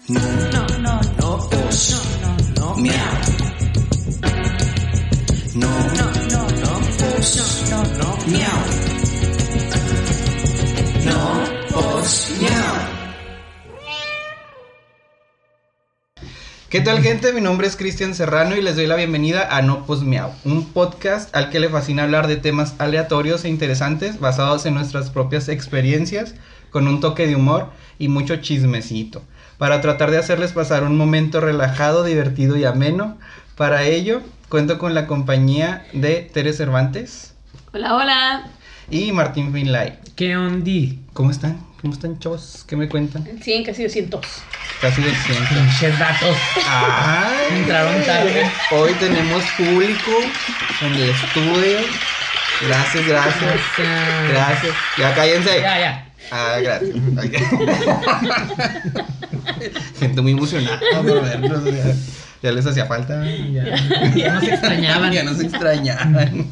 No, no, no, no, os, no, no, miau. No, no, no, no, os, no, no, miau. No, os, miau. ¿Qué tal, gente? Mi nombre es Cristian Serrano y les doy la bienvenida a No Pos Miau, un podcast al que le fascina hablar de temas aleatorios e interesantes basados en nuestras propias experiencias, con un toque de humor y mucho chismecito, para tratar de hacerles pasar un momento relajado, divertido y ameno. Para ello, cuento con la compañía de Tere Cervantes. Hola, hola. Y Martín Finlay. ¿Qué ondi? ¿Cómo están? ¿Cómo están, chavos? ¿Qué me cuentan? 100, casi 200. Casi del 100. Pinches datos. Ay, Entraron tarde. Hoy tenemos público en el estudio. Gracias. Gracias. Ya cállense. Ya. Ah, gracias. Gente muy emocionada por vernos. Ya les hacía falta. Ya nos extrañaban. Ya nos extrañaban.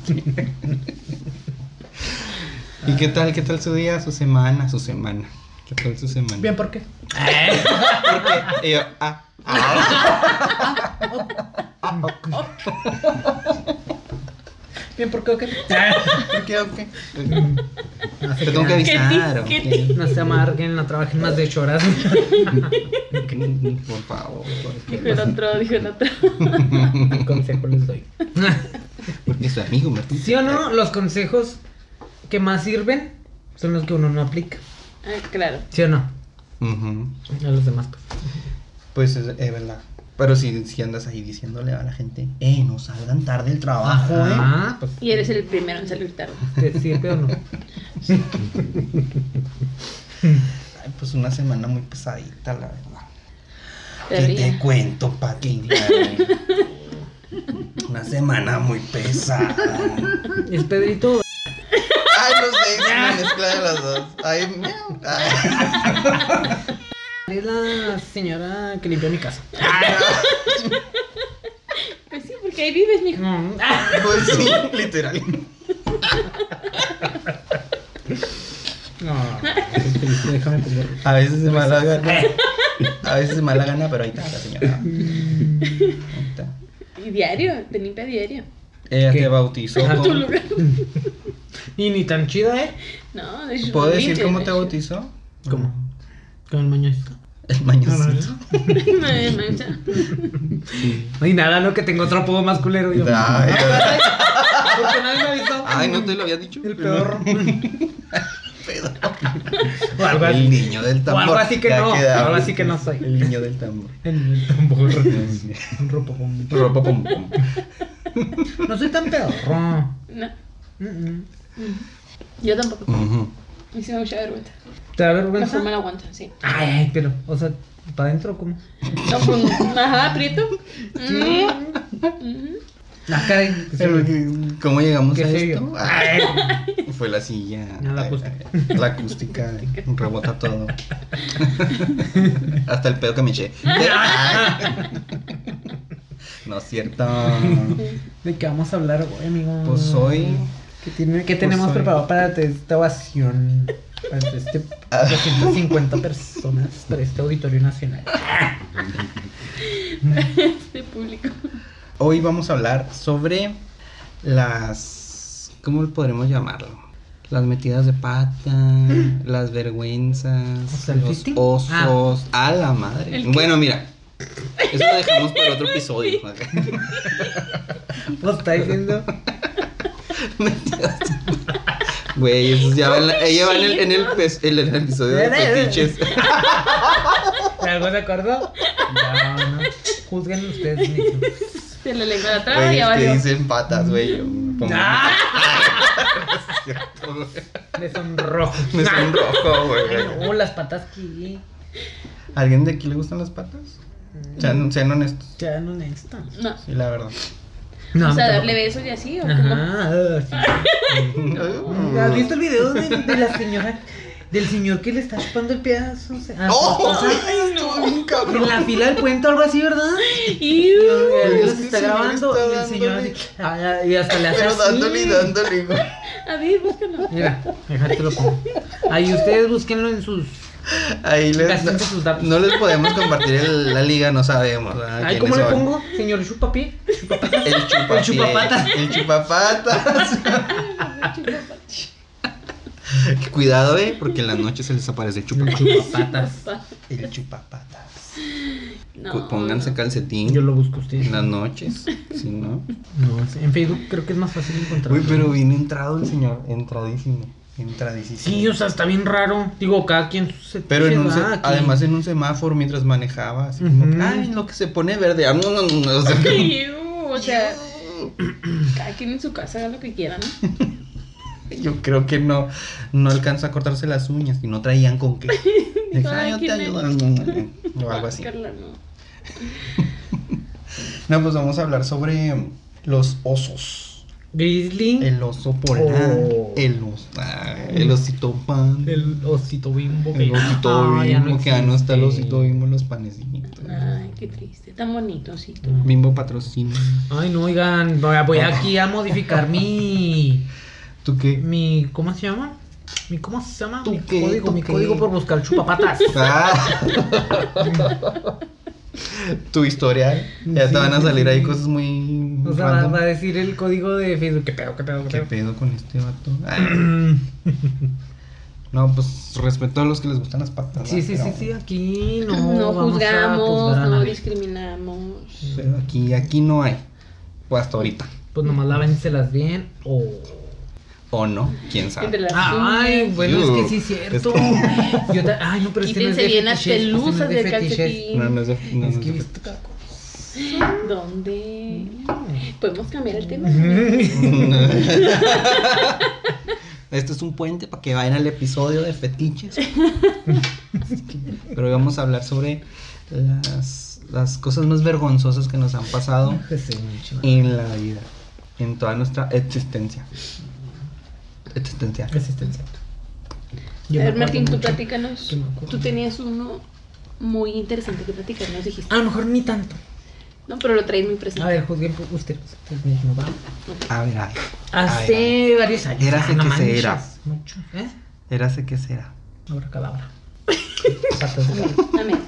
¿Y qué tal su día, su semana? ¿Qué tal su semana? Bien, ¿por qué? Porque yo, Bien, ¿por qué? ¿O qué? ¿Qué? Te tengo que avisar. ¿Qué? No se amarguen, no trabajen más de 8 horas. Por favor. Dijo el otro. ¿Qué consejo les doy? Porque soy amigo, Martín. ¿Sí o no? Los consejos que más sirven son los que uno no aplica. Ah, claro. ¿Sí o no? Uh-huh. A los demás, pues. Pues es verdad. Pero si andas ahí diciéndole a la gente, no salgan tarde del trabajo, Pues. Y eres el primero en salir tarde. ¿Te sirve o no? Ay, pues una semana muy pesadita, la verdad. ¿Qué te cuento, Pati? Una semana muy pesada. Es Pedrito. Ay, no sé, es una mezcla de las dos. Ay, miau. Ay. Es la señora que limpió mi casa. Pues sí, porque ahí vives, mijo. Pues sí, literal. No, déjame poner. A veces de mala gana. Pero ahí está la señora. Ahí está. Y diario, te limpia diario. Ella ¿Qué? te bautizó Ajá. Tu con... lugar. Y ni tan chida, ¿eh? No, de hecho. ¿Puedo decir cómo te bautizó? ¿Cómo? Con el mañosito. El mañosito. No hay nada, ¿no? Que tengo otro apodo más culero. Yo. Ay, Porque nadie me avisó. ay, no te lo había dicho. El peor. Pedo. O algo El así. niño del tambor. O algo así que Ya no. quedamos. Algo así que no soy. El niño del tambor. El tambor. Un ropopón. Ropa pum pum. No soy tan pedorro. No, Mm-mm. yo tampoco. Ujú. Y sí me da mucha vergüenza. ¿Te da Mejor vergüenza? me la aguanto, sí. Ay, pero, o sea, ¿para adentro cómo? No, pues, ajá, aprieto. La cara. ¿Cómo llegamos ¿Qué a sé esto? yo? Ay, fue la silla. No, la acústica. La acústica rebota todo. Hasta el pedo que me eché. No es cierto. ¿De qué vamos a hablar hoy, amigo? Pues hoy. ¿Qué tenemos hoy. preparado para esta ovación? Para este 250 personas, para este auditorio nacional. Este público. Hoy vamos a hablar sobre las... ¿Cómo podremos llamarlo? Las metidas de pata, las vergüenzas, O sea, ¿el los fisting? osos, a la madre. ¿El qué? Bueno, mira, eso lo dejamos para otro episodio. Pues está diciendo. Güey, eso ya va ella va en el episodio de fetiches. ¿De algo se acordó? No. Juzguen ustedes mismos. Se le lengua la traba y Güey, ya es que valió. dicen patas, güey. Yo pongo- ¡Ah! Es cierto, güey. Me sonrojo. Me sonrojo, güey. Ay, no, las patas que. ¿Alguien de aquí le gustan las patas? Sean honestos. Ya no necesito. No. Sí, la verdad. No, O sea, tampoco. darle besos y así, o cómo. Ajá, sí. ¿Has visto el video de la señora? Del señor que le está chupando el pedazo. ¡Oh! Estuvo bien cabrón. En la fila del puente o algo así, ¿verdad? Y Él Es los que está el señor grabando está y el señor dándole. así, y hasta le hace Pero así. dándole, güey. a ver, búscalo. Mira, déjate lo pongo. Ahí ustedes búsquenlo en sus Ahí Gasten sus datos. no les podemos compartir la liga, no sabemos. Ay, ¿cómo le pongo? Señor Chupapi. El chupapatas. El chupapatas. Cuidado, porque en las noches se les aparece el chupapatas. El chupapatas. No. Pónganse calcetín. Yo lo busco a ustedes. En las noches, si no. No, en Facebook creo que es más fácil encontrarlo. Uy, pero bien entrado el señor, entradísimo. Sí, o sea, está bien raro. Digo, cada quien se. Pero además en un semáforo mientras manejaba, así como que, ay, lo que se pone verde. No, o sea, O sea, cada quien en su casa haga lo que quiera, ¿no? yo creo que no alcanza a cortarse las uñas y no traían con qué. Cada Yo te quien ayudo. O algo así. Carla, no. No, pues vamos a hablar sobre los osos. Grizzly. El oso polar. Oh. El osito pan. El osito bimbo. El osito ya bimbo, que ya no está el existe. osito bimbo en los panecitos. Ay, qué triste. Tan bonito, sí. Bimbo patrocina. Ay, no, oigan, voy aquí a modificar mi. ¿Tú qué? ¿Cómo se llama? ¿Cómo se llama? ¿Tú Mi qué? código, ¿Tú mi qué? código por buscar chupapatas. Tu historial. Ya Sí, te van a salir sí. ahí cosas muy. O sea, random. va a decir el código de Facebook. ¿Qué pedo? ¿Qué pedo con este vato? No, pues respeto a los que les gustan las patas. Sí, ¿verdad? aquí no. No vamos a juzgamos, juzgar a no nadie. discriminamos. Pero aquí no hay. O hasta ahorita. Pues nomás lávenselas bien o. O no, quién sabe. Entre las Ay, uñas. bueno, es que sí es Es cierto. que- Ay, no, pero es que no es Quítense de bien las fetiches, pelusas no es de del fetiches. calcetín. No, no es de. No, Es no que he es de- visto cada cosa. ¿Dónde? ¿Podemos cambiar el tema? Este es un puente para que vayan al episodio de fetiches. Pero hoy vamos a hablar sobre las cosas más vergonzosas que nos han pasado en la vida, en toda nuestra existencia. Resistencia. A ver, Martín, tú platícanos. que me acuerdo. Tú tenías uno muy interesante que platicarnos, dijiste. A lo mejor ni tanto. No, pero lo traes muy presente. A ver, juzguen ustedes mismos, ¿va? A ver, a ver. Hace varios años. Érase no que manches, será. Mucho. Érase que será. Ahora cadabra. Patas de cabra. Amén.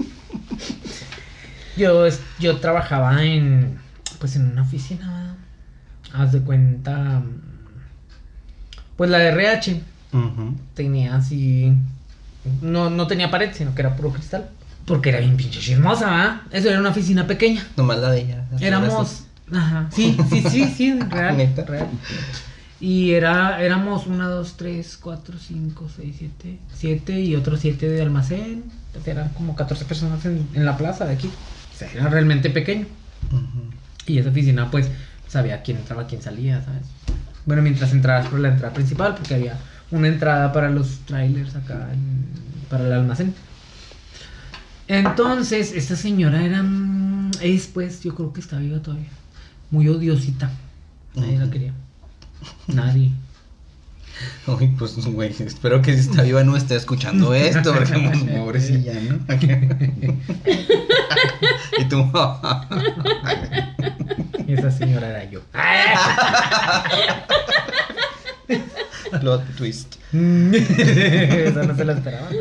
Yo trabajaba en una oficina. Haz de cuenta. Pues la de RH Ujú. tenía así. No tenía pared, sino que era puro cristal. Porque era bien pinche chismosa, ¿verdad? Eso era una oficina pequeña. Nomás la de ella. así, Éramos. Ajá. Sí, real. ¿Neta? Real. Y éramos 1, 2, 3, 4, 5, 6, 7 y otros 7 de almacén. Eran como 14 personas en la plaza de aquí. O sea, era realmente pequeño. Ujú. Y esa oficina, pues, sabía quién entraba, quién salía, ¿sabes? Bueno, mientras entrabas por la entrada principal, porque había una entrada para los trailers acá, para el almacén. Entonces, esta señora pues, yo creo que está viva todavía. Muy odiosita. Nadie la quería. Nadie. Uy, pues, güey, espero que si está viva no esté escuchando esto, porque pues, pobrecilla, ¿no? Y tú, Esa señora era yo. plot twist. Esa no se la esperaba.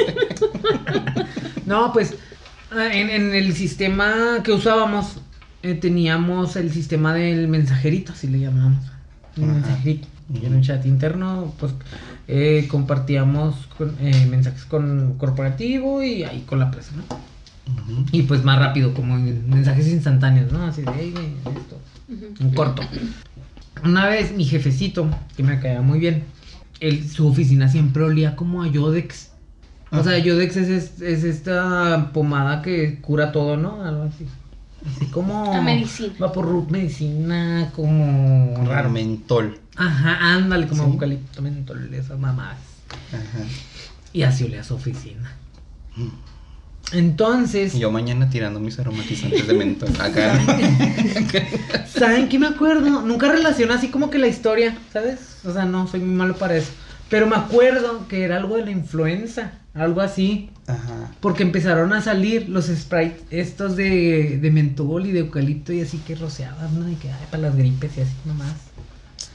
No, pues, en el sistema que usábamos, teníamos el sistema del mensajerito, así le llamábamos. El Ajá. mensajerito. Y en un chat interno, pues, compartíamos mensajes con corporativo y ahí con la presa, ¿no? Ujú. Y pues más rápido, como mensajes instantáneos, ¿no? Así de, hey, güey, esto. Un corto. Una vez mi jefecito, que me caía muy bien, su oficina siempre olía como a Yodex. O sea, Yodex es esta pomada que cura todo, ¿no? Algo así. Así como... A medicina. Vaporub, medicina, como... Raro mentol. Ajá, ándale, como Sí. eucalipto, mentol, esas mamadas. Ajá. Y así olía su oficina. Entonces... Y yo mañana tirando mis aromatizantes de mentol. Acá. ¿Saben qué me acuerdo? Nunca relaciono así como que la historia, ¿sabes? O sea, no, soy muy malo para eso. Pero me acuerdo que era algo de la influenza, algo así. Ajá. Porque empezaron a salir los sprites estos de mentol y de eucalipto y así que rociaban, ¿no? Y que ay, para las gripes y así nomás.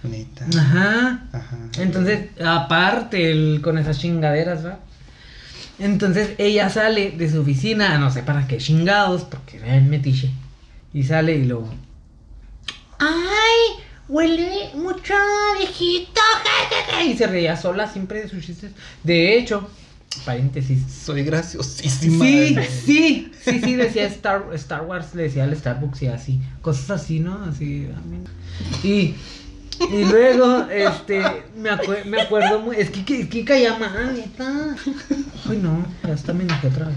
Neta. Ajá. Ajá. Entonces, aparte con esas chingaderas, ¿verdad? Entonces ella sale de su oficina, no sé para qué chingados, porque era el metiche. Y sale y luego... ¡Ay! Huele mucho viejito. Y se reía sola siempre de sus chistes. De hecho, paréntesis. Soy graciosísima. Sí, decía Star Wars, le decía al Starbucks y así. Cosas así, ¿no? Así. Y luego, me acuerdo muy. Es que caía mal, neta. Ay, no, ya hasta me enojé otra vez.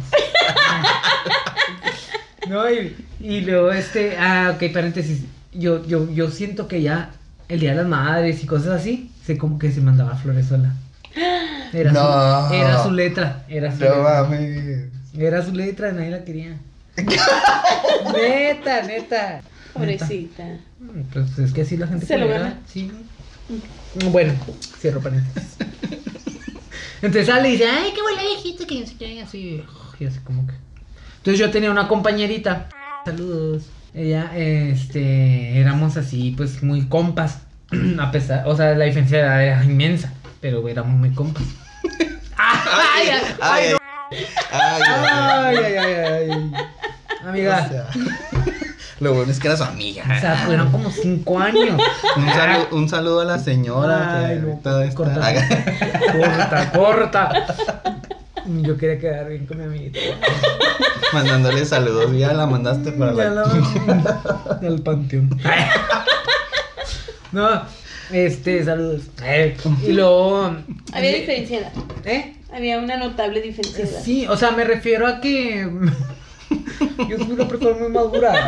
No, y luego, ok, paréntesis. Yo siento que ya el Día de las Madres y cosas así, como que se mandaba flores sola. Era su letra. Mames. Era su letra, nadie la quería. Neta. Pobrecita. Pues es que así la gente se lo gana. gana. Sí. Bueno, cierro paréntesis. Entonces sale y dice, ay, qué buena viejita, que no sé qué, así. Y así como que. Entonces yo tenía una compañerita. Saludos. Ella, éramos así, pues muy compas. A pesar, o sea, la diferencia de edad era inmensa, pero éramos muy compas. ¡Ay! Amiga. O sea, lo bueno es que era su amiga. O sea, fueron como 5 años. Un saludo a la señora. Ay, que no, ahorita está corta. Yo quería quedar bien con mi amiguita. mandándole saludos. Ya la mandaste para al panteón. No, saludos. Y luego... Había diferencia de edad. Había una notable diferencia de edad. Sí, o sea, me refiero a que... yo soy una persona muy madura.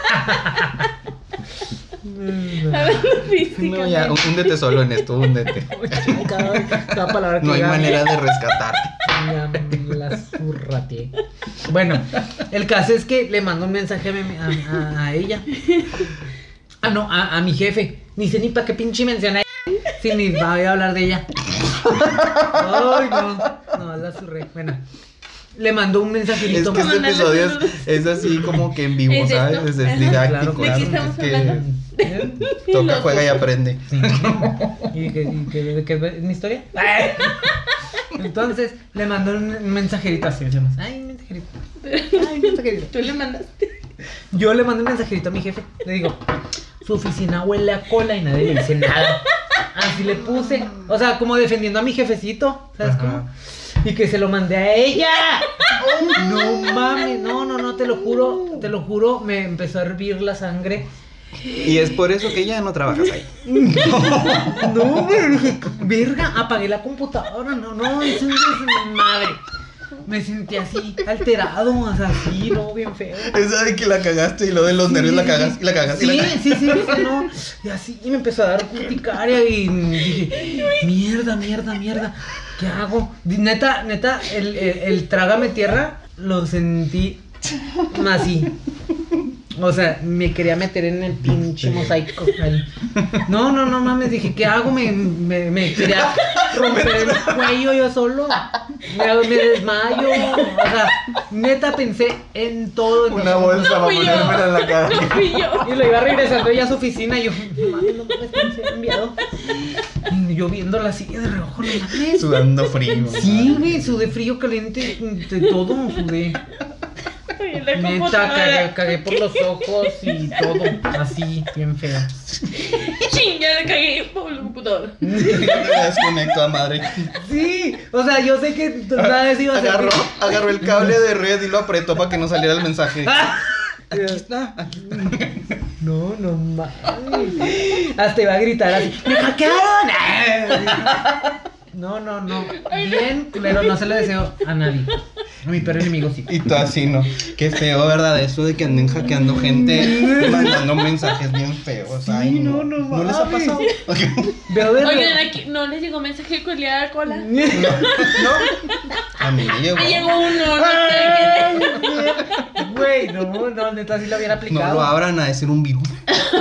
No, ya, húndete solo en esto, húndete. Cada palabra que no hay diga, manera de rescatarte. Ya la zurrateé. Bueno, el caso es que le mando un mensaje a ella. No, a mi jefe. Ni sé ni para qué pinche mencioné. Si ni voy a hablar de ella. Ay, no, la zurré. Bueno, le mandó un mensajito. Es que este episodio es así como que en vivo, ¿Es ¿sabes? esto? Es didáctico. Claro, ¿de qué estamos es que hablando? toca, juega y aprende. Sí. ¿Y qué es mi historia? Entonces le mandó un mensajerito así. Ay, un mensajerito. ¿Tú le mandaste? Yo le mandé un mensajerito a mi jefe. Le digo, su oficina huele a cola y nadie le dice nada. Así le puse. O sea, como defendiendo a mi jefecito. ¿Sabes cómo? Y que se lo mandé a ella. No mames, no, te lo juro, me empezó a hervir la sangre. Y es por eso que ya no trabajas ahí. No, me dije, verga, apagué la computadora, no, es un desmadre. Me sentí así, alterado, o sea, así, no, bien feo. Esa de que la cagaste y lo de los nervios la cagas y la cagas. Sí, no. Y así me empezó a dar urticaria y dije, mierda, ¿qué hago? Neta, el trágame tierra lo sentí así. O sea, me quería meter en el pinche mosaico. No mames, dije, ¿qué hago? Me quería romper el cuello yo solo. Me desmayo. O sea, neta pensé en todo. Una bolsa para ponérmela en la cara. No fui yo. Y lo iba regresando ella a su oficina y yo, mames, no mames, pensé enviado. Y yo viéndola así de reojo, no mames. Sudando frío. Sí, güey, sudé frío, caliente, de todo, sudé. Neta, cagué por los ojos y todo, así, bien feo. Ya le cagué por el computador. Me desconecto a madre. Sí, o sea, yo sé que nada de eso iba a ser. Agarró el cable de red y lo apretó para que no saliera el mensaje. Aquí está. No mames. Hasta iba a gritar así, ¡me hackearon! No. Bien, pero no se lo deseo a nadie. A mi perro enemigo sí. Y tú así, ¿no? Qué feo, ¿verdad? Eso de que anden hackeando gente y mandando mensajes bien feos. Ay, Sí, no ¿No les ha mames. pasado? Veo de Oigan, aquí no les llegó mensaje con la cola. No. A mí me llegó. Me llegó uno, no sé qué. Güey, no, neta sí lo hubiera aplicado. No lo abran a decir un virus.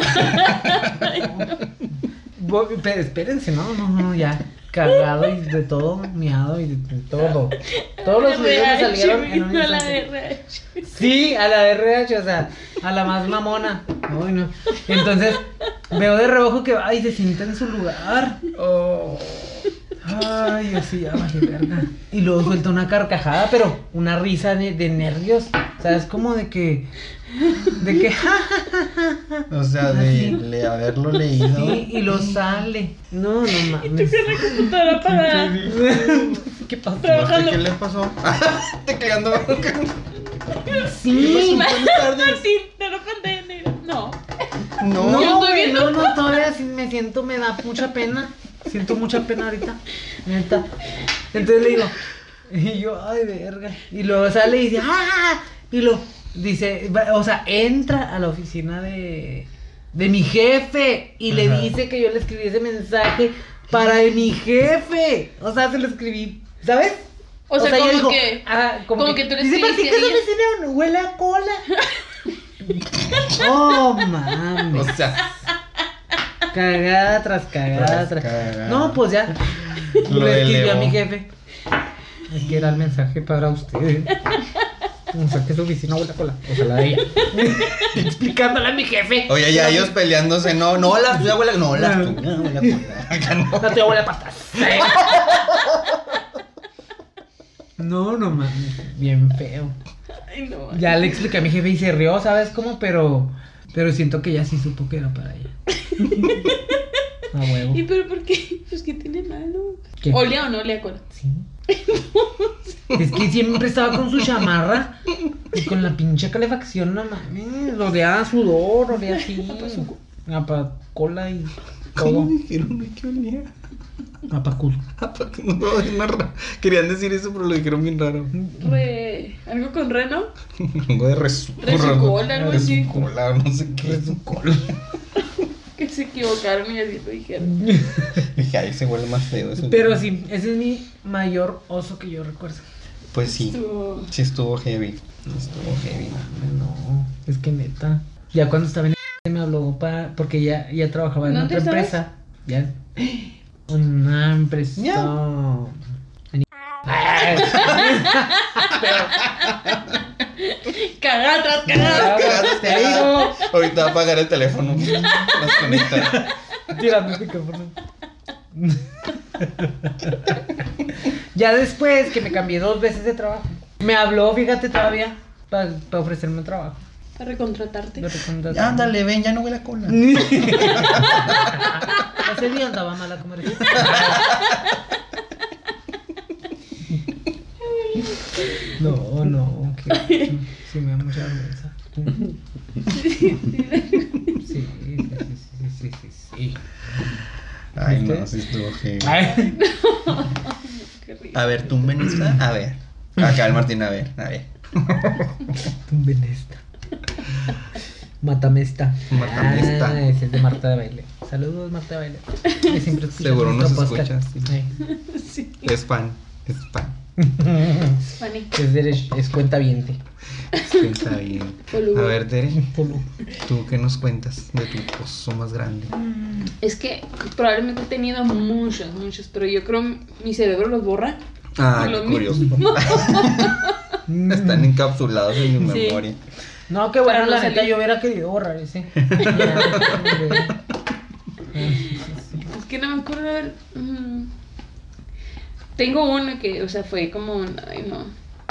Pero espérense, no, ya. Cagado y de todo, miado y de todo. Todos los videos me salieron en un A la instante. RH. Sí, a la de RH, o sea, a la más mamona. Ay, no. Entonces, veo de reojo que va y se sienta en su lugar. Ay, yo sí, ya vale verga. Y luego suelta una carcajada, pero una risa de nervios. O sea, es como de que. O sea, de haberlo leído. Sí, y lo sale. No mames. ¿Y tú qué la computadora para ¿Qué pasó? trabajando? ¿Qué le pasó? Tecleando. Sí. Buenas tardes. Sí, de repente negra. No. No. Yo No, estoy güey, viendo. no, todavía sí me siento, me da mucha pena. Siento mucha pena ahorita. Neta. Entonces le digo, y yo, ay, verga. Y luego sale y dice, ¡ah! Y lo dice, o sea, entra a la oficina de mi jefe y le Ajá. dice que yo le escribí ese mensaje para mi jefe. O sea, se lo escribí, ¿sabes? O sea, ella como dijo, que. como que tú le dice, escribiste ¿para qué a ella? esa oficina huele a cola? Oh, mames. O sea, Cagada tras cagada Tras cagada. No, pues ya. Lo Le escribí a elevó. mi jefe. Es que era el mensaje para ustedes. O sea, que su oficina huele a cola. O sea, la de ella. Explicándole a mi jefe. oye, ya ellos peleándose. No, la tuya huele. No, la tuya huele. Acá no. La tuya huele a pastas. No mames. Bien feo. Ay, no. Ya le expliqué a mi jefe y se rió, ¿sabes cómo? Pero siento que ya sí supo que era para ella. A huevo. ¿Y pero por qué? Pues que tiene malo. ¿Qué? ¿Olea o no olea cola? Sí. Es que siempre estaba con su chamarra y con la pinche calefacción, no mames. Olea a sudor, olea así. A pa' cola y todo. ¿Cómo dijeron que olía? A pa' culo. No, es más raro. Querían decir eso, pero lo dijeron bien raro. ¿Algo con reno? Algo de resucola, Resucola, algo así. Resucola, no sé qué. De su cola. Que se equivocaron y así lo dijeron. Dije, ahí se huele más feo eso. Pero sí, ese es mi mayor oso que yo recuerdo. Pues sí. Estuvo- Sí estuvo heavy. Estuvo heavy. No, es que neta. Ya cuando estaba en el me habló porque ya trabajaba en ¿Dónde otra estabas? empresa. Ya. Una empresa. Ya. Cagada tras cagada. Te digo. Ahorita va a apagar el teléfono. Las conecta. Tirando el micrófono. Ya después que me cambié 2 veces de trabajo, me habló, fíjate, todavía para ofrecerme un trabajo. Para recontratarte. Lo recontacté. Ya, ándale, ven, ya no huele a cola. Ese día andaba mala comercial. No, que sí me da mucha vergüenza. Sí. Ay, no, ¿Viste? sí estuvo heavy. Ay. Qué rico. A ver, tumben esta. A ver. Acá el Martín, a ver. Tumben esta. Mátame esta. Mátame esta. Ese es de Marta de Baile. Saludos, Marta de Baile. Que siempre escuchas Seguro nos nuestro podcast. escuchas, sí. Sí. Es fan. Es fan. Funny. Es cuentaviente. Está bien. Poludo. A ver, Tere, ¿tú qué nos cuentas de tu oso más grande? Es que probablemente he tenido muchos, pero yo creo mi cerebro los borra. Ah, Lo qué curioso. mismo. Están encapsulados en mi Sí. memoria. No, qué bueno, Para no la neta salir. yo hubiera querido borrar ese. Es que no me acuerdo de ver. Tengo uno que, o sea, fue como. Ay, no.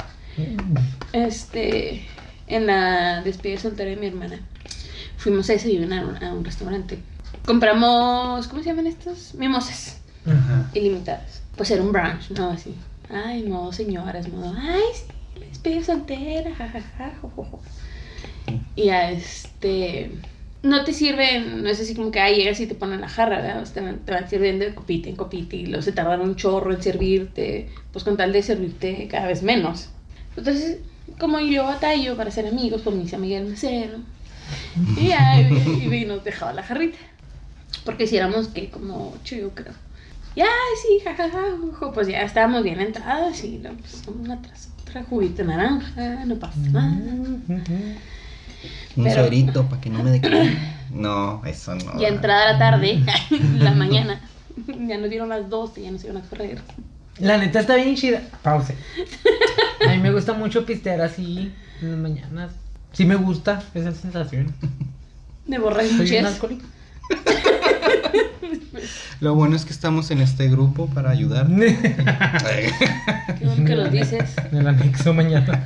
En la despedida soltera de mi hermana, fuimos a desayunar a un restaurante. Compramos, ¿cómo se llaman estos? Mimosas Ajá. ilimitadas. Pues era un brunch, ¿no? Así. Ay, no, señoras, modo. Ay, sí, la despedida soltera, jajaja, jojojo. Y no te sirven, no es así como que llegas y te ponen la jarra, ¿verdad? O sea, te van sirviendo de copita en copita y luego se tardan un chorro en servirte, pues con tal de servirte cada vez menos. Entonces, como yo batallo para ser amigos, pues me hice amiga del mesero. Y ya, y nos dejaba la jarrita. Porque si éramos, que como 8, yo creo. Y ay, sí, jajaja, pues ya estábamos bien entrados y no, pues una tras otra, juguito de naranja, no pasa nada. Un Pero- suerito para que no me dé calor. No, eso no. Ya entrada la tarde, la mañana, ya nos dieron las 12, ya nos iban a correr. La neta está bien chida. Pause. A mí me gusta mucho pistear así en las mañanas. Sí me gusta esa sensación. De Soy un borrachos. alcohólico. Lo bueno es que estamos en este grupo para ayudar. Qué bueno que lo dices. Me la anexo mañana.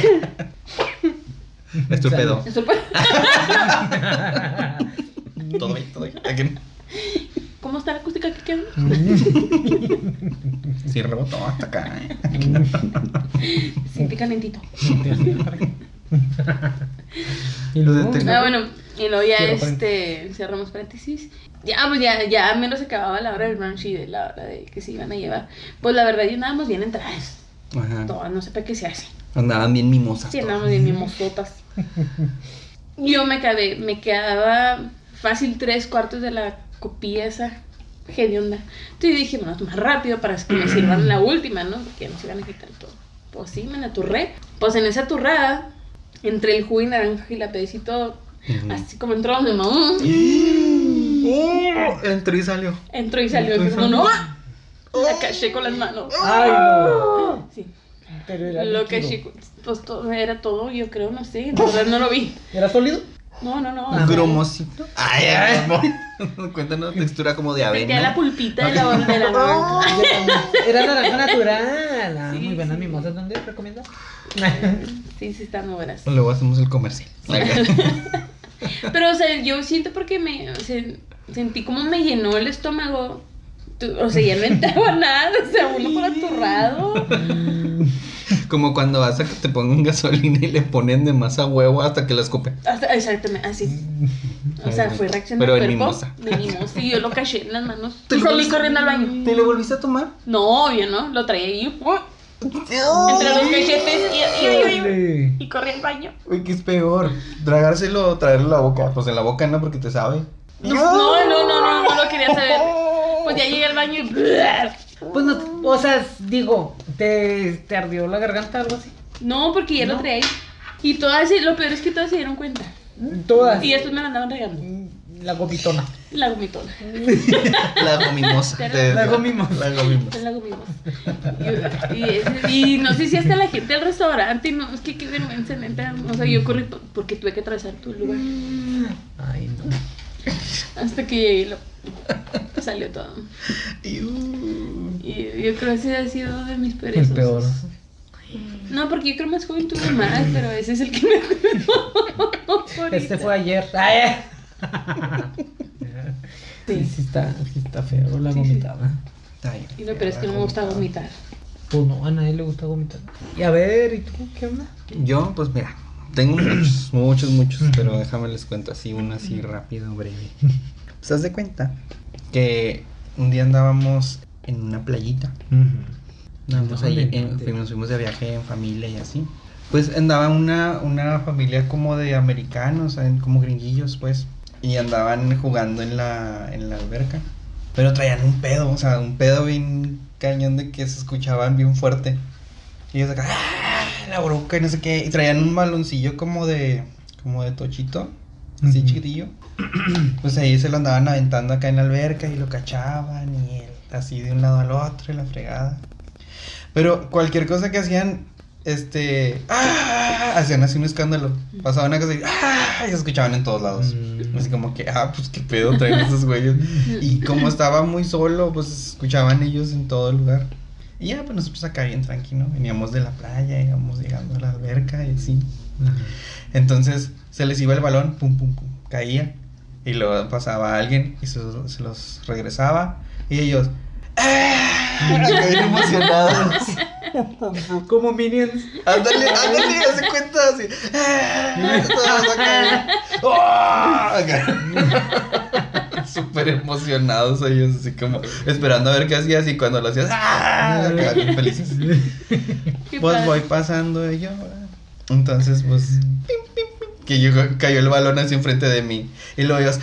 Estúpido. Eso fue- Todo bien. ¿Cómo está la acústica aquí? ¿Qué? Sí, rebotó hasta acá. Siente calentito. Y luego, Bueno, y luego ya Cierro cerramos paréntesis. Ya, pues ya menos se acababa la hora del brunch y de la hora de que se iban a llevar. Pues la verdad, ya andábamos bien entradas. Ajá. Todas, no sé para qué se hace. Andaban bien mimosas. Sí, todas. andábamos bien mimosotas. Yo me quedaba fácil 3/4 de la copia esa hedionda. Entonces dije, bueno, más rápido para que me sirvan la última, ¿no? Porque nos iban a quitar todo. Pues sí, me la turré. Pues en esa turrada, entre el jugo y naranja y la pedí todo, así como entró mi mamá. Entró y salió. Entró y salió. Y como, no, la caché con las manos. Ay, no. Sí. Pero era Lo líquido. caché, pues todo, era todo, yo creo, no sé. La verdad no lo vi. ¿Era sólido? No. Grumosito. Ay, cuéntanos textura como de Sentía la avena. pulpita de la naranja. Era naranja natural. Ah, Sí, muy buenas sí. mimosas. ¿Dónde recomiendas? Sí, están muy buenas. Luego hacemos el comercial. Pero, o sea, yo siento porque sentí como me llenó el estómago. O sea, ya no entraba nada. O sea, uno por aturrado. Como cuando vas a que te pongan gasolina y le ponen de más a huevo hasta que la escupe. Exactamente, así. O sea, fue reacción Pero del en cuerpo. mimosa. De mimosa. Y yo lo caché en las manos. ¿Te Y lo salí volviste- corriendo al baño. ¿Te lo volviste a tomar? No, obvio, ¿no? Lo traía ahí. Entre los cachetes y corrí al baño. Uy, ¿qué es peor? ¿Tragárselo o traerlo a la boca? Pues en la boca no, porque te sabe. No lo quería saber. Pues ya llegué al baño y... Pues no, o sea, digo, ¿te ardió la garganta o algo así? No, porque ya lo traía ahí. Y todas, lo peor es que todas se dieron cuenta. Todas. Y después me la andaban regando. La gopitona. La gomitona. La gomimosa. La gomimosa. La gomimosa. La gomimos. Y no sé si hasta la gente del restaurante, no, es que qué vergüenza, neta. O sea, yo corrí porque tuve que atravesar tu lugar. Ay, no. Hasta que llegué y salió todo. Y yo creo que ese ha sido de mis peores. El peor. No, porque yo creo más joven tuve más, pero ese es el que me acuerdo. Este fue ayer. Ay. Sí. Sí está feo la Sí, gomitada. Ay, Y lo peor es que no me gusta vomitar. Pues no, a nadie le gusta vomitar. Y a ver, ¿y tú qué onda? Yo, pues mira, tengo muchos, pero déjame les cuento así, uno así rápido, breve. Pues haz de cuenta que un día andábamos en una playita. Andábamos ahí, nos fuimos de viaje en familia y así. Pues andaba una familia como de americanos, como gringuillos, pues. Y andaban jugando en la alberca. Pero traían un pedo, o sea, un pedo bien cañón de que se escuchaban bien fuerte. Y ellos acá, la broca y no sé qué. Y traían un baloncillo como de tochito, así chiquitillo. Pues ahí se lo andaban aventando acá en la alberca y lo cachaban y él así de un lado al otro y la fregada. Pero cualquier cosa que hacían, hacían así un escándalo. Pasaba una cosa y y se escuchaban en todos lados. Así como que, pues qué pedo traen esos güeyes. Y como estaba muy solo, pues escuchaban ellos en todo lugar. Y ya, pues nosotros acá bien tranquilo. Veníamos de la playa, íbamos llegando a la alberca y así. Entonces se les iba el balón, pum, pum, pum, caía. Y luego pasaba alguien y se los regresaba. Y ellos, acá bien emocionados. Como Minions. Ándale, hace cuenta así. Todos acá. Súper emocionados ellos, así como esperando a ver qué hacías. Y cuando lo hacías, acá bien felices. Qué Pues padre. voy pasando yo. Entonces, pues, pim, pim, pim, que cayó el balón así enfrente de mí. Y luego ellos,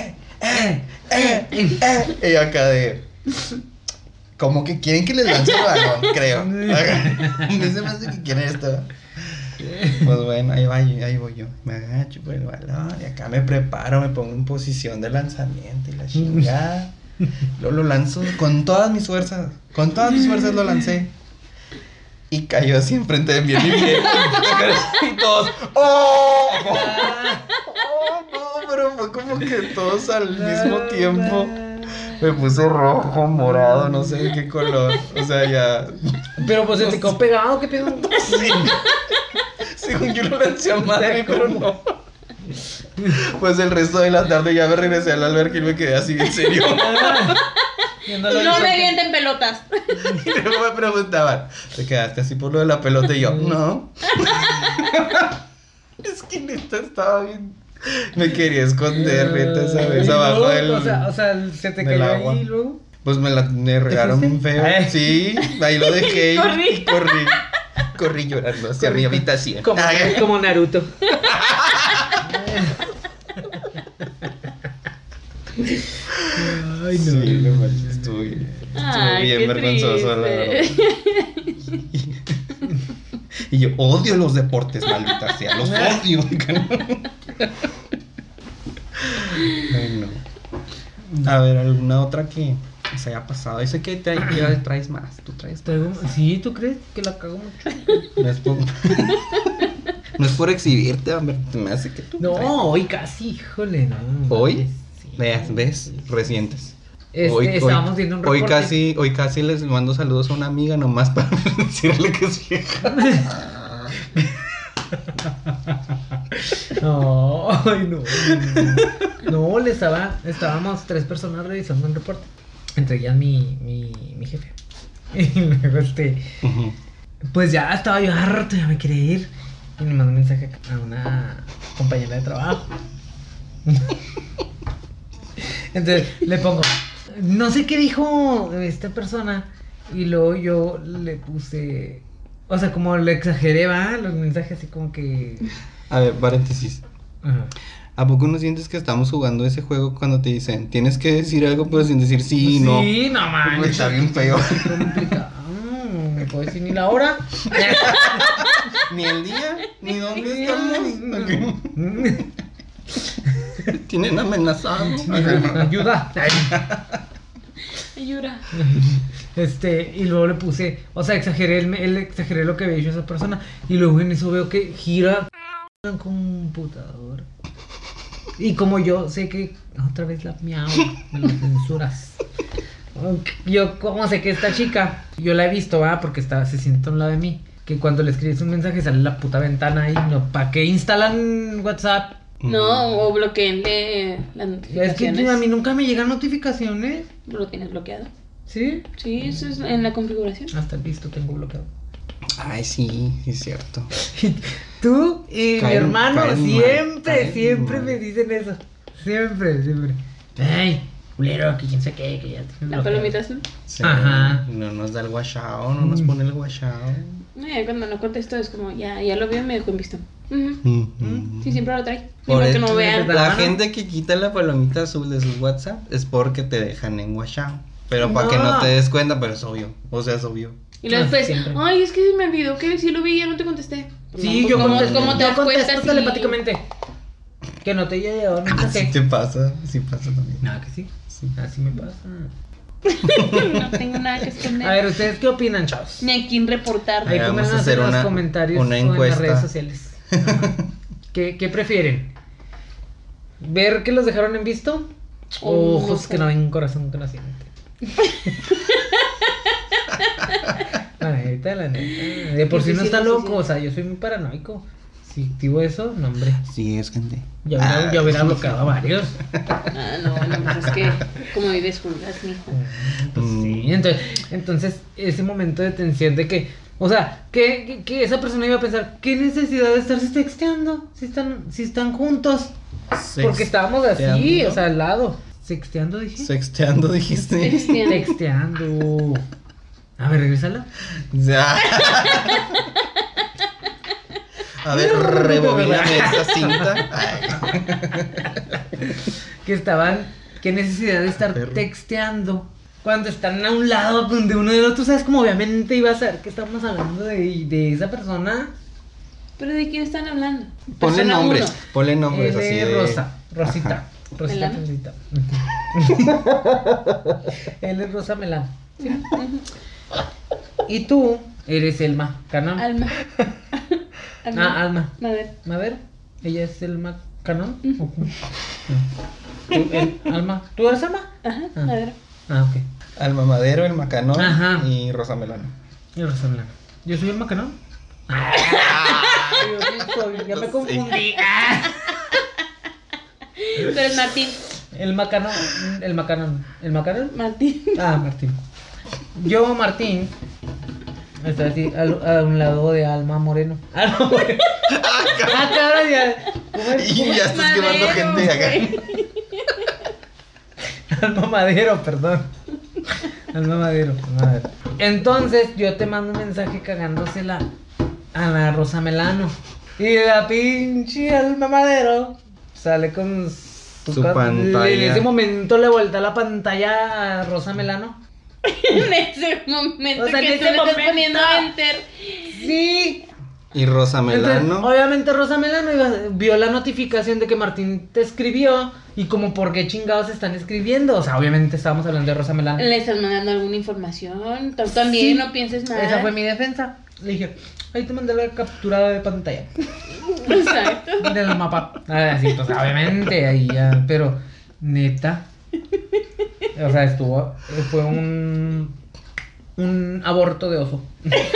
y yo acá de. Como que quieren que les lance el balón, creo. A mí se me hace que quieren esto. Pues bueno, ahí voy yo. Me agacho por el balón y acá me preparo, me pongo en posición de lanzamiento y la chingada. Luego lo lanzo con todas mis fuerzas. Con todas mis fuerzas lo lancé. Y cayó así enfrente de mí. Y todos, no, pero fue como que todos al mismo tiempo. Me puso rojo, morado, no sé de qué color. O sea, ya. Pero pues se te quedó pegado, ¿qué pedo? Sí. Según yo lo lancé a madre, pero no. Pues el resto de la tarde ya me regresé al alberca y me quedé así, en serio. No me avienten pelotas. Y luego me preguntaban, ¿te quedaste así por lo de la pelota? Y yo, no. Es que neta estaba bien. Me quería esconder, neta, esa vez abajo del. O sea, se te del cayó agua. ahí y luego. Pues me regaron fuiste? un feo. Sí, ahí lo dejé y Corrí. corrí llorando hacia mi habitación. Como Naruto. Ay, no. Sí, no manches, estuvo bien. Estuvo bien qué vergonzoso, la verdad. Y yo odio los deportes, maldita sea, los odio. Ay, no. A ver, ¿alguna otra que se haya pasado? Dice que ya traes más. ¿Tú traes? Sí, ¿tú crees que la cago mucho? No es por, no es por exhibirte, hombre. Me hace que tú. No, traes. hoy casi, híjole, no. ¿Hoy? Sí. ¿Ves? Recientes. Estábamos viendo un reporte. Hoy casi les mando saludos a una amiga nomás para decirle que es vieja. No, ay, no. No, estábamos 3 personas revisando un reporte. Entre ellas mi jefe. Y luego pues ya estaba yo harto, ya me quería ir. Y le mandé un mensaje a una compañera de trabajo. Entonces le pongo, no sé qué dijo esta persona. Y luego yo le puse, o sea, como le exageré, los mensajes así como que. A ver, paréntesis. Ajá. ¿A poco no sientes que estamos jugando ese juego cuando te dicen tienes que decir algo pero sin decir sí y no? Sí, no manches. Está bien feo. Qué complicado. No puedo decir ni la hora. Ni el día, ni dónde estamos. Tienen amenazados. Ayuda. Ayuda. Y luego le puse, o sea, exageré lo que había dicho esa persona. Y luego en eso veo que gira un computador. Y como yo sé que otra vez la miau, me lo censuras. Yo como sé que esta chica, yo la he visto, porque se sienta a un lado de mí. Que cuando le escribes un mensaje sale la puta ventana ahí. No, ¿para qué instalan WhatsApp? No, o bloqueenle las Es que notificaciones. a mí nunca me llegan notificaciones. ¿Lo tienes bloqueado? ¿Sí? Sí, eso es en la configuración. Hasta el visto tengo bloqueado. Ay, sí, es cierto. Tú y mi hermano caen siempre mal. me dicen eso. Siempre. Ay, culero, que quién sabe qué, que ya tienes La palomita azul. Sí, Ajá. no nos da el guachao, no nos pone el guachao. Cuando no contesto es como, ya lo veo y me dejó en visto. Mm. Sí, siempre lo trae. Por Ni modo que eso, no vean. ¿verdad? La mano. gente que quita la palomita azul de sus WhatsApp es porque te dejan en guachao. Pero para que no No. te des cuenta, pero es obvio. O sea, es obvio. Y luego después, Siempre. ay, es que se me olvidó que sí lo vi y ya no te contesté. Sí, No, yo ¿cómo- contesto, ¿Cómo te yo das cuenta contesto si- telepáticamente. Que no te haya llegado un Sí mensaje. te pasa, sí pasa también. Nada, que sí. Sí. Así me pasa. No tengo nada que esconder. A ver, ¿ustedes qué opinan, chavos? Ni a quién reportar. Ahí Vamos a pónganos hacer en los una comentarios o en las encuesta. redes sociales. Ajá. ¿Qué prefieren? ¿Ver que los dejaron en visto? ¿O Un ojos ojo. que no ven, corazón que no siente? La neta. De por sí no Difícil está decisión. loco, o sea, yo soy muy paranoico. Si activo eso, no, hombre. Sí, es gente. Ya hubiera bloqueado a varios. No, bueno, pues es que como vives pulgas, mijo. Pues sí, entonces ese momento de tensión de que, o sea, que esa persona iba a pensar, ¿qué necesidad de estarse texteando? Si están juntos. Porque estábamos así, Sexteando. o sea, al lado. ¿Sexteando dije? Sexteando, dijiste. Texteando. A ver, regrésala. Ya. A ver, rebobíname esta cinta. ¿Qué necesidad de estar Perro. texteando? Cuando están a un lado de uno del otro, ¿sabes? Como obviamente iba a saber que estamos hablando de esa persona. ¿Pero de quién están hablando? Ponle Persona nombres, uno. ponle nombres Él así es de. Rosita. Ajá. Rosita ¿Melano? Rosita. Él es Rosa Melán. Y tú eres Elma Canam. Alma. Alma. A ver. A ver, ella es Elma ¿Canón? Alma. ¿Tú eres Alma? Ajá, Ah. madero. Ah, ok. Alma Madero, el Macanón Ajá. y Rosa Melano. Y Rosa Melano. ¿Yo soy el Macanón? Yo sí soy, ya me confundí. Tú eres Martín. El Macanón. ¿El Macanón? Martín. Ah, Martín. Yo, Martín, está así a un lado de Alma Moreno. Alma Moreno. Ah, caray, ya. ¿Cómo es? Y ya estás quemando gente acá. güey. Alma Madero, perdón. Alma Madero. Entonces yo te mando un mensaje cagándosela a la Rosa Melano. Y la pinche Alma Madero sale con Su pantalla. En ese momento le vuelta la pantalla a Rosa Melano. En ese momento O sea, que en tú ese le estás momento. poniendo enter. Sí. Y Rosa Entonces, Melano. obviamente Rosa Melano vio la notificación de que Martín te escribió. Y como, ¿por qué chingados están escribiendo? O sea, obviamente estábamos hablando de Rosa Melano. ¿Le estás mandando alguna información? Tú también Sí. no pienses nada. Esa fue mi defensa. Le dije, ahí te mandé la captura de pantalla Exacto. del mapa. Así, pues obviamente, ahí ya. Pero, neta. O sea, fue un aborto de oso.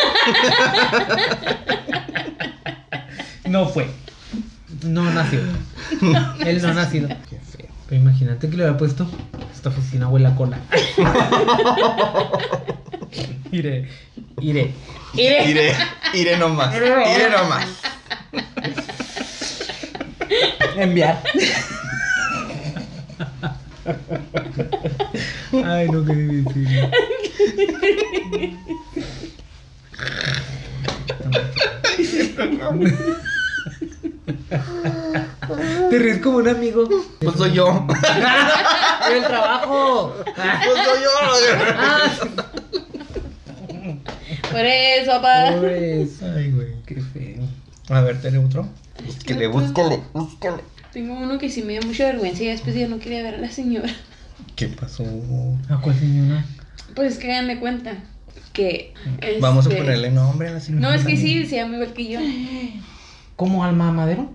No fue. No nació. Él no ha nacido. Qué feo. Pero imagínate que le hubiera puesto esta oficina huele a cola. Iré. Iré nomás. Iré nomás. Enviar. Ay, no, qué difícil. Te ríes como un amigo. Pues soy yo. ¡El trabajo! Pues soy yo. Ah, Por eso, papá. pobres. Ay, güey, qué feo. A ver, ¿tiene otro? Búscale. Tengo uno que sí me dio mucha vergüenza y después ya no quería ver a la señora. ¿Qué pasó? ¿A cuál señora? Pues es que háganme cuenta que. Vamos a este, ponerle nombre a la señora. No, es que sí, se llama igual que yo. ¿Cómo Alma Madero?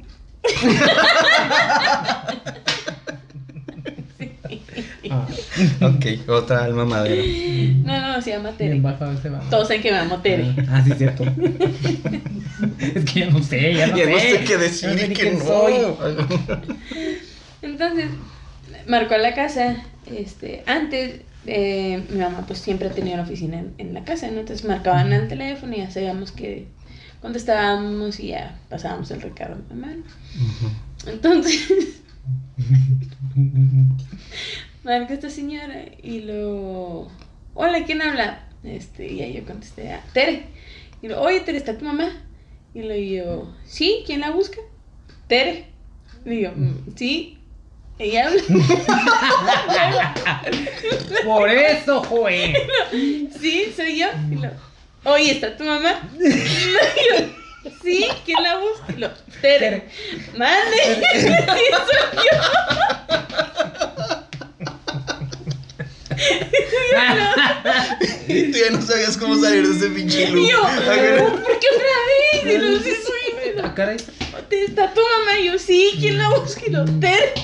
Ah, Ok, otra Alma Madero. No, se llama Tere. bien bajado ese va. Todos saben que me llamo Tere. Ah, sí, cierto. Es que ya no sé, ya no Ya sé. no sé qué decir Ya no sé y ni qué quién no. soy. Entonces, marcó a la casa. Antes, mi mamá pues siempre tenía una oficina en la casa, ¿no? Entonces marcaban al teléfono y ya sabíamos que contestábamos y ya pasábamos el recado a mi mamá, ¿no? Entonces, marca esta señora y hola, ¿quién habla? Y ya yo contesté, Tere. Y oye, Tere, ¿está tu mamá? Y yo, ¿sí? ¿Quién la busca? Tere. Y digo, sí. Ella habla. Por eso, joven. Sí, soy yo. Oye, ¿está tu mamá? Y yo, sí, ¿quién la busca? Tere. Mande. Sí, soy yo. Y tú ya no sabías cómo salir de ese pinche loop. Y yo, A ver. ¿por qué otra vez? Y no, sí soy yo. Ah, caray. ¿Está tu mamá? Y yo, sí, ¿quién la busca? Y Tere.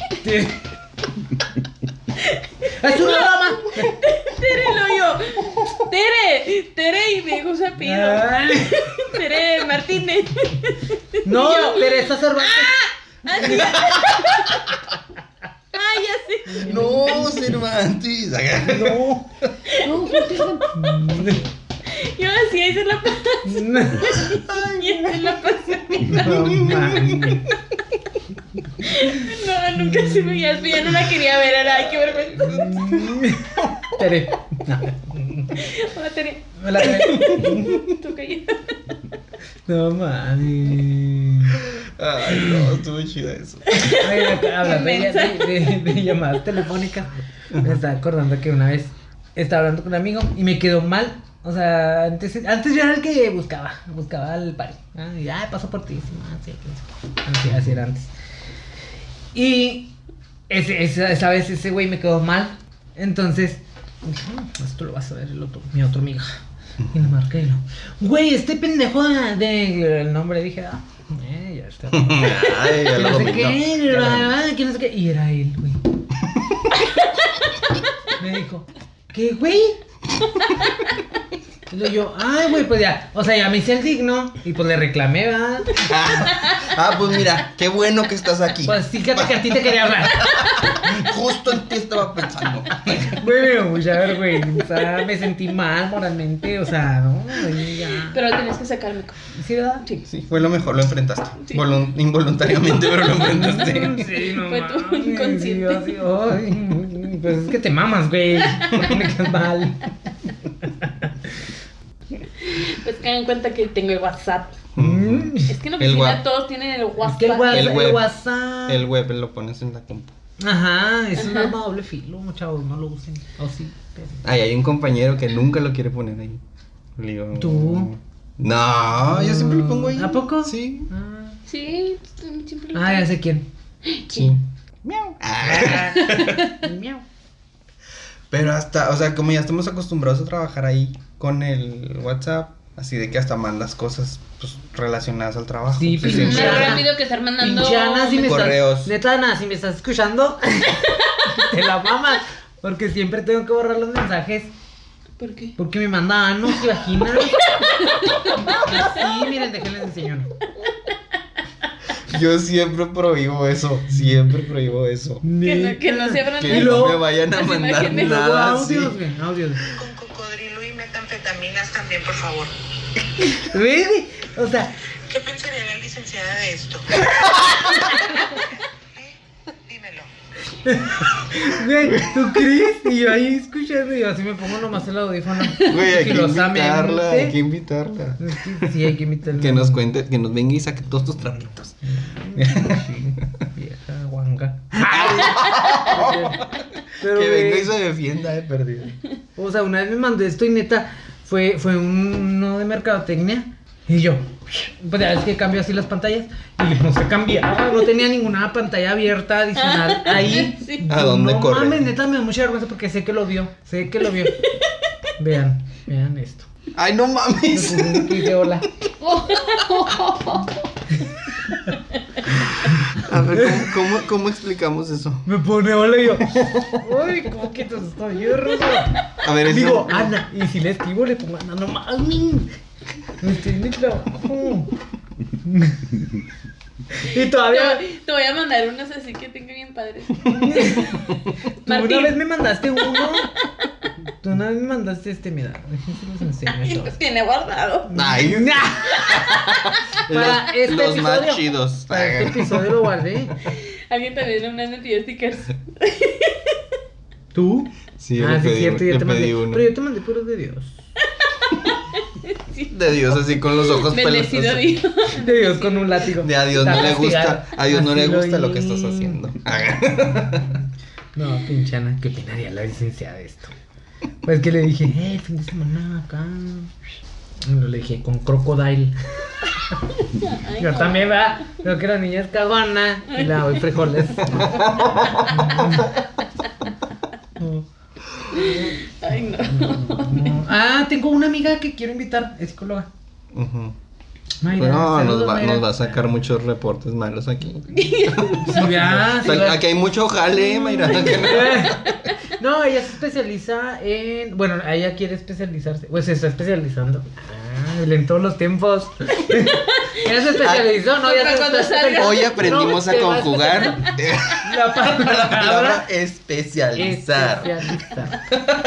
¡Es una dama! Tere, yo. Tere, y me dijo su apellido. Tere Martínez. No, Y yo, Teresa Cervantes. así. Ay, ya sé. No, Cervantes. No. Yo así, ahí se la pasé. Y esa es la pasé. No mames. No, nunca se me ya no la quería ver. Era, ay, qué vergüenza. Tere. Hola, Tere. Hola, Tere. Tú callada. No mames. Ay, no, estuvo chida eso. Oye, hablando de llamadas telefónicas, me estaba acordando que una vez estaba hablando con un amigo y me quedó mal. O sea, antes yo era el que buscaba al pari. Y pasó por ti. Así era antes. Y esa vez ese güey me quedó mal. Entonces dije, esto lo vas a ver mi otro amiga. Y le marqué y güey, este pendejo el nombre, dije, ya Ay, ya Que lo no sé dominó. qué, que no sé qué. Y era él, güey. Me dijo, ¿qué, güey? Y luego yo, ay, güey, pues ya. O sea, ya me hice el digno. Y pues le reclamé, ¿verdad? Pues mira, qué bueno que estás aquí. Pues fíjate que a ti te quería hablar. Justo en ti estaba pensando. Güey, me dio mucha vergüenza. Me sentí mal moralmente. O sea, no, güey, ya. Pero tienes que sacarme. ¿Sí, verdad? Sí. Sí, fue lo mejor, lo enfrentaste. Sí. Involuntariamente, pero lo enfrentaste. Sí, no Fue tu mames, inconsciente. yo así, ay, pues es que te mamas, güey. ¿Por qué me quedas mal? Pues que hagan cuenta que tengo el WhatsApp. Es que en El oficina web. todos tienen el WhatsApp. Es que El web. WhatsApp. El web lo pones en la compu. Ajá, es un arma doble filo, chavos, no lo usen. O sí, pero... Ay, hay un compañero que nunca lo quiere poner ahí. Le digo, ¿Tú? No, yo siempre lo pongo ahí. ¿A poco? Sí. Ah, Sí, siempre lo ya sé quién. Sí. Miau. Miau. Pero hasta, o sea, como ya estamos acostumbrados a trabajar ahí con el WhatsApp, así de que hasta mandas cosas pues, relacionadas al trabajo. Sí, Pues, pinche Más siempre- rápido que estar mandando. Pinche Ana, si me Correos. estás... Neta, Ana, si me estás escuchando, te la mamas. Porque siempre tengo que borrar los mensajes. ¿Por qué? Porque me manda anos y vaginas. Sí, miren, déjenles enseñar. Yo siempre prohíbo eso. Siempre prohíbo eso. Que no se abran Que Y no luego- me vayan a las mandar imágenes. Y luego nada. audios, Sí. güey, audios. Con cocodrilo y metanfetaminas también, por favor. ¿Ves? O sea, ¿Qué pensaría la licenciada de esto? Dímelo. güey, ¿tú crees? Y yo ahí escuchando y yo así me pongo nomás el audífono. Güey, hay que Sigilosamente. invitarla, hay que invitarla. Sí, hay que invitarla. Que nos cuente, que nos venga y saque todos tus trapitos. Sí, vieja guanga. Pero, Que venga güey, y se defienda de perdido. o sea, una vez me mandó esto y neta, fue uno de mercadotecnia. Y yo, pues ya ves que cambio así las pantallas. Y no se cambiaba, no tenía ninguna pantalla abierta adicional ahí. Sí. ¿A dónde no corre? mames, neta, me da mucha vergüenza porque sé que lo vio. Vean esto. Ay, no mames. Que dice hola. A ver, ¿cómo explicamos eso? Me pone hola y yo. Uy, ¿cómo que te estoy rosa? A ver, Digo, eso. Ana, y si le escribo le pongo Ana, no mames. Me estoy en el trabajo. Y todavía. Te voy a mandar unos así que tengo bien padres. Tú Martín. una vez me mandaste uno. Tú una vez me mandaste mira, déjense los enseño a todos. Tiene guardado. Ay, Para este los episodio. más chidos. Para este episodio lo guardé. Alguien también le mandó stickers. ¿Tú? Sí, yo le sí, pedí, cierto, yo le te pedí mandé. uno. Pero yo te mandé puros de Dios. De Dios, así con los ojos Bendecido pelosos. Dios. De Dios con un látigo. De a Dios no Está le gusta, castigado. a Dios no le Así gusta lo que hice. estás haciendo. No, pinche Ana, ¿qué opinaría la licenciada de esto? Pues que le dije, fin de semana acá. Y le dije, con crocodile. Ay, Yo no. también, va. Creo que la niña es cagona. Y la doy frijoles. Ay, no. Tengo una amiga que quiero invitar, es psicóloga. Ujú. Mayra, Pero saludos, Mayra. nos va a sacar muchos reportes malos aquí. Sí, vea, sí, va. Aquí hay mucho jale, Mayra. No, ella se especializa en. Bueno, ella quiere especializarse. Pues se está especializando. En todos los tiempos. Ella se especializó, ¿no? Ya se Cuando está salga. Hoy aprendimos No, a te vas- conjugar La la palabra palabra especializar. especializar.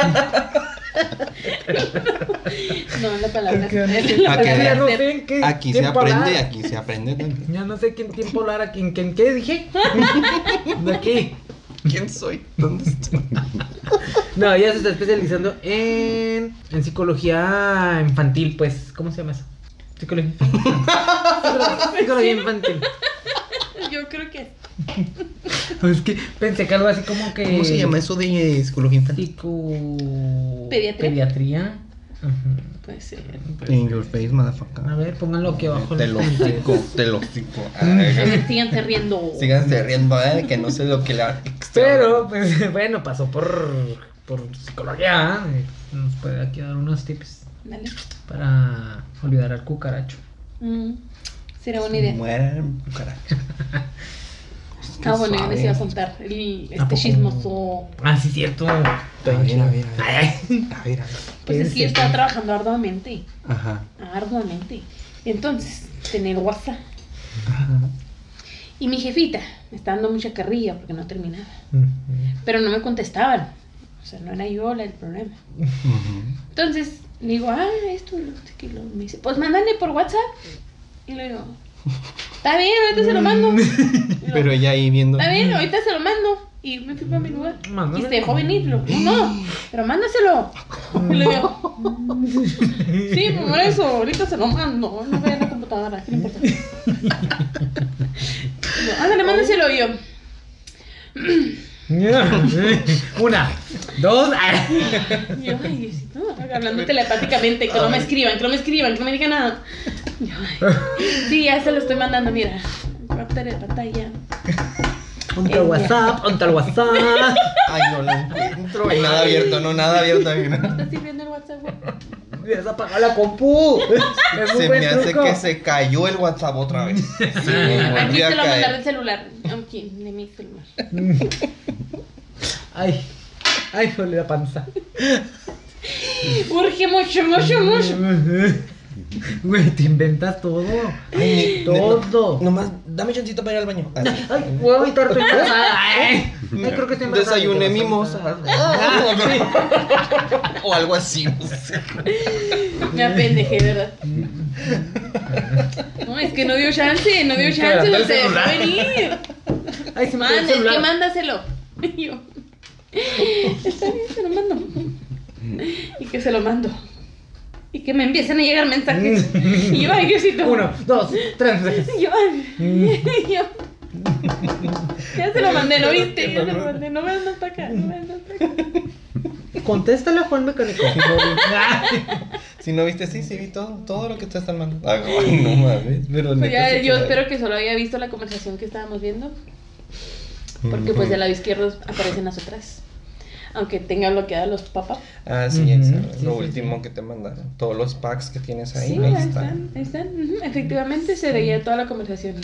No, la palabra. Es que no sé. la ¿A palabra qué? Ya no hacer. sé en qué Aquí se tiempo aprende, hablar. aquí se aprende también. Ya no sé qué en tiempo hablar, aquí en qué dije. De aquí. ¿Quién soy? ¿Dónde estoy? No, ella se está especializando en psicología infantil, pues. ¿Cómo se llama eso? Psicología infantil. Psicología infantil. Yo creo que. Es que pensé que algo así como que. ¿Cómo se llama eso de psicología infantil? Pediatría. Ajá. Pues sí. In your face, motherfucker. A ver, pónganlo aquí abajo. en Te los lo comentarios. explico, te lo explico. A ver, síganse riendo. Síganse riendo, que no sé lo que le Pero, pues, bueno, pasó por psicología. Nos puede aquí dar unos tips Dale. para olvidar al cucaracho. Mm. Será buena idea. Mueran cucarachas. Bueno, yo les iba a contar este chismoso. Ah, sí, cierto. A ver. Pues es que yo estaba trabajando arduamente. Ajá. Entonces, tenía el WhatsApp. Y mi jefita me estaba dando mucha carrilla porque no terminaba. Pero no me contestaban. O sea, no era yo el problema. Entonces, le digo, esto, me dice, pues mándale por WhatsApp. Y le digo, está bien, ahorita se lo mando. Digo, Pero ella ahí viendo. está bien, ahorita se lo mando. Y me fui para mi lugar. Mándamelo. Y se dejó venir. No, pero mándaselo. Y le digo, sí, por eso, ahorita se lo mando. No voy a la computadora, ¿qué le importa? Digo, ándale, mándaselo. Y yo, 1, 2. y yo, ay, Diosito, hablando telepáticamente, que no me escriban, que no me digan nada. Y yo, ay, sí, ya se lo estoy mandando, mira. Captar de pantalla. Ponte el WhatsApp. Ay, no lo encuentro. Y nada abierto. ¿No estás sirviendo el WhatsApp, güey? Me has apagado la compu. Se me hace que se cayó el WhatsApp otra vez. Sí, Aquí se lo mandar del celular. Aquí, de mi celular. Ay, jole la panza. Urge mucho. Güey, te inventas todo. Ay, Todo. Nomás, dame chancito para ir al baño. Ay, huevo y torta embarazada. Ay, creo que estoy embarazada. Desayuné mimosas. O algo así, no sé. Me apendejé, ¿verdad? No, es que no dio chance, lo dejó venir. Ay, se me cayó el Es celular. que mándaselo. Y yo, está bien, se lo mando. Y que se lo mando. Y que me empiecen a llegar mensajes. Y yo, ay, Diosito. 1, 2, 3 mensajes. Y yo, ya se lo mandé, ¿no viste? Ya se lo mandé, no me andas para acá, Contéstale a Juan Mecánico. Si no viste, sí, vi todo lo que te están mandando. Ay, no mames. Pero Pues ya, neta se yo queda. espero que solo haya visto la conversación que estábamos viendo. Porque pues del lado izquierdo aparecen las otras. Aunque tenga bloqueadas los pop-up. Ah, sí, Ujú, eso, sí, lo sí, último que te mandaron. Todos los packs que tienes ahí, Sí, ahí ahí están. están. Efectivamente se veía toda la conversación.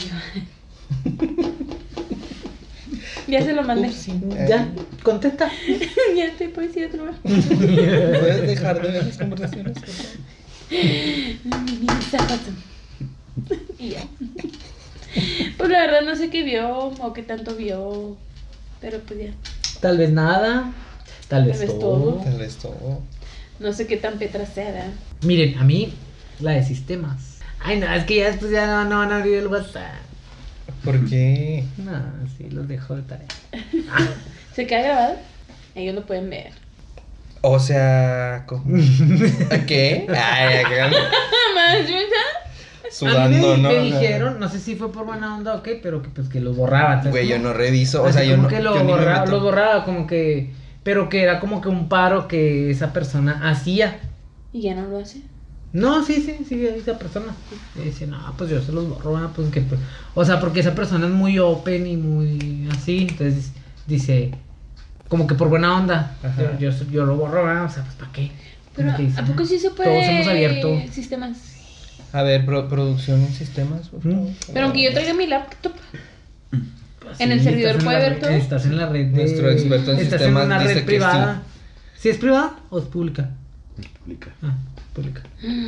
Ya se lo mandé. Upsi. Ya, contesta. Ya te puedes ir a otro lugar. ¿Puedes dejar de ver las conversaciones? Por favor? Mi zapato. Y ya. Pues la verdad no sé qué vio o qué tanto vio. Pero pues ya. Tal vez nada. Tal vez vez todo. todo. Tal vez todo. No sé qué tan petra sea, ¿verdad? Miren, a mí, la de sistemas. Ay, no, es que ya después ya no van a abrir el WhatsApp. ¿Por qué? No, sí, los dejo de tarea. ¿Se queda grabado? Ellos lo pueden ver. O sea, ¿cómo? ¿A qué? Ay, acá Más, ¿ya? sudando, a mí ¿no? me dijeron, no sé si fue por buena onda o qué, pero que pues que los borraba. ¿sabes Güey, yo cómo? no reviso, o Así sea, yo como no. que yo ni me meto. los borraba como que, pero que era como que un paro que esa persona hacía. ¿Y ya no lo hace? No, sí, esa persona. Y dice, no, pues yo se los borro, pues que, pues, o sea, porque esa persona es muy open y muy así, entonces dice, como que por buena onda, Ajá. yo lo borro, o sea, pues ¿para qué? Pero Como que dice, ¿a poco "Ah, sí se puede? Todos hemos abierto. Sistemas. A ver, producción en sistemas, por favor. Pero aunque yo traiga mi laptop. Pues, ¿En el servidor estás en puede la ver red- todo? Estás en la red de... Nuestro experto en estás sistemas en una dice red que privada. ¿Sí es privada o es pública? Explica. Ah, pública.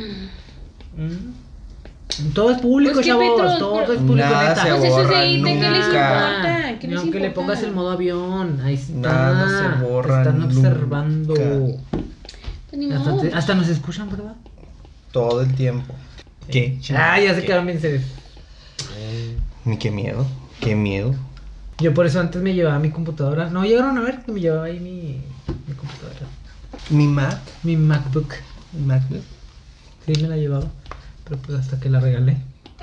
Todo es público, Pues, ¿qué chavos. Petros? Todo Pero- es público, Nada neta. se Pues eso borra es ahí, ¿de qué les nunca. importa? ¿Qué Ni les aunque le importa? pongas el modo avión, ahí está. Nada se borra Te están nunca. observando. Pues ni modo. Hasta nos escuchan, ¿verdad? Todo el tiempo. ¿Qué? Ah, ya se quedaron bien serios. Qué miedo, qué miedo. Yo por eso antes me llevaba mi computadora. No llegaron a ver que me llevaba ahí mi computadora. Mi Mac, Mi MacBook. mi MacBook. Sí, me la llevaba. Pero pues hasta que la regalé.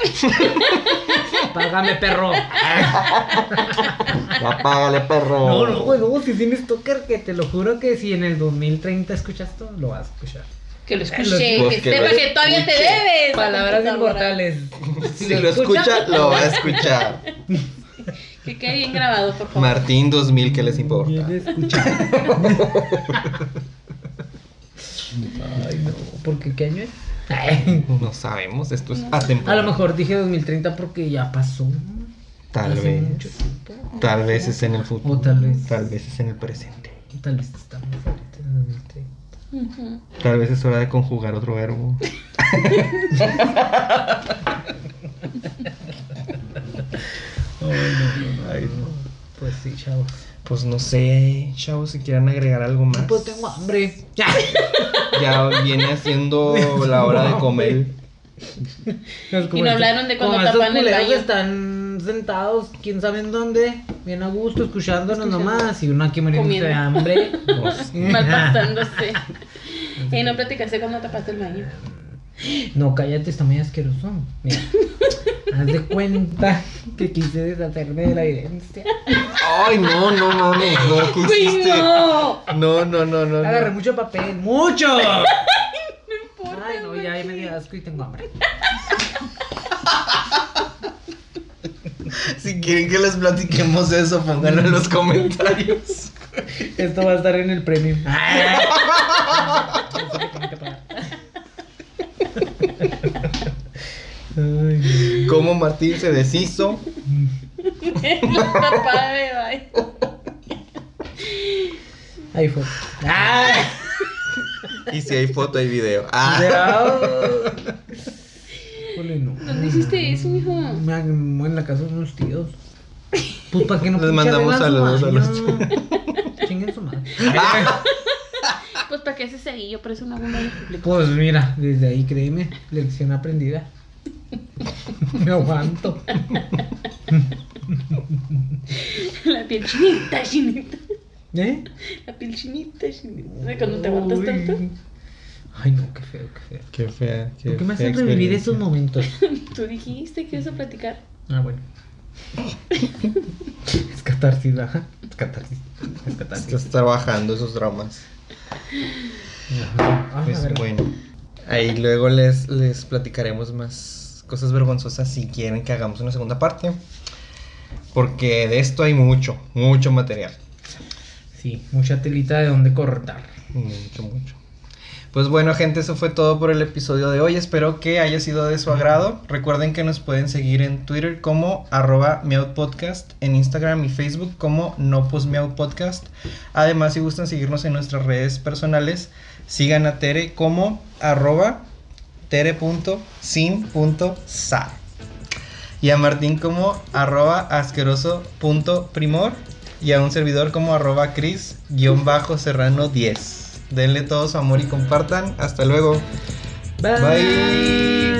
Págame, perro. Apágale, perro. No, güey, no, si tienes Stalker, que te lo juro que si en el 2030 escuchas esto, lo vas a escuchar. Que lo escuche, Pues que que sepa lo que todavía te escuche. debes. Palabras la computadora. inmortales. Si lo escucha, lo va a escuchar. Que quede bien grabado, por favor. Martín 2000, ¿qué les importa? Bien escuchar. Ay, no, ¿porque qué año es? No sabemos, esto es A atemporal. lo mejor dije 2030 porque ya pasó. Tal Hace vez. mucho tiempo. Tal vez es en el futuro. O tal vez. Tal vez es en el presente. Tal vez estamos ahorita en 2030. Ujú. Tal vez es hora de conjugar otro verbo. Ay, no. Pues sí, chavos. Pues no sé, chavos, si quieren agregar algo más. Pues tengo hambre. Ya viene haciendo la hora de comer. Y no hablaron de cuando como tapan el esos culeros baño. que están sentados, quién sabe en dónde, bien a gusto, escuchándonos nomás. Y uno aquí muriéndose de Comiendo. hambre. Malpastándose. Y no platicaste cuando tapaste el baño. No, cállate, está muy asqueroso. Mira, haz de cuenta que quise deshacerme de la evidencia. Ay, no mames, no, ¿qué ¡Uy, hiciste? no! No. Agarré mucho papel, ¡mucho! No importa, Ay, no, ya me dio asco y tengo hambre. Si quieren que les platiquemos eso, pónganlo en los comentarios. Esto va a estar en el premio. No sé qué tengo que pagar. Ay, Cómo Martín se deshizo. La tapada de baño. ahí fue. ¡Ay! Y si hay foto, hay video. Híjole, no. ¿Dónde hiciste eso, mijo? Me hago en la casa de unos tíos. Pues para que no Les pinche mandamos arreglan su saludos a los baño. Chinguen su madre. Pues para qué haces ahí, yo por eso no hago un baño público. Pues mira, desde ahí créeme, lección aprendida. Me aguanto. La piel chinita. ¿Eh? La piel chinita. De cuando te aguantas Uy. tanto. Ay, no, qué feo, qué feo. Qué fea, qué ¿Por qué me fea hacen revivir experiencia. esos momentos? Tú dijiste que ibas a platicar. Ah, bueno. Es catarsis, ¿verdad? Es catarsis. Es catarsis. Estás trabajando esos traumas. Ah, a Pues ver. bueno. Ahí luego les platicaremos más cosas vergonzosas si quieren que hagamos una segunda parte. Porque de esto hay mucho material. Sí, mucha telita de donde cortar. Mucho. Pues bueno, gente, eso fue todo por el episodio de hoy. Espero que haya sido de su agrado. Recuerden que nos pueden seguir en Twitter como @meowpodcast, en Instagram y Facebook como @nopusmeowpodcast. Además, si gustan seguirnos en nuestras redes personales, sigan a Tere como @tere.sin.sa y a Martín como @asqueroso.primor y a un servidor como @cris_serrano10. Denle todo su amor y compartan. Hasta luego. Bye.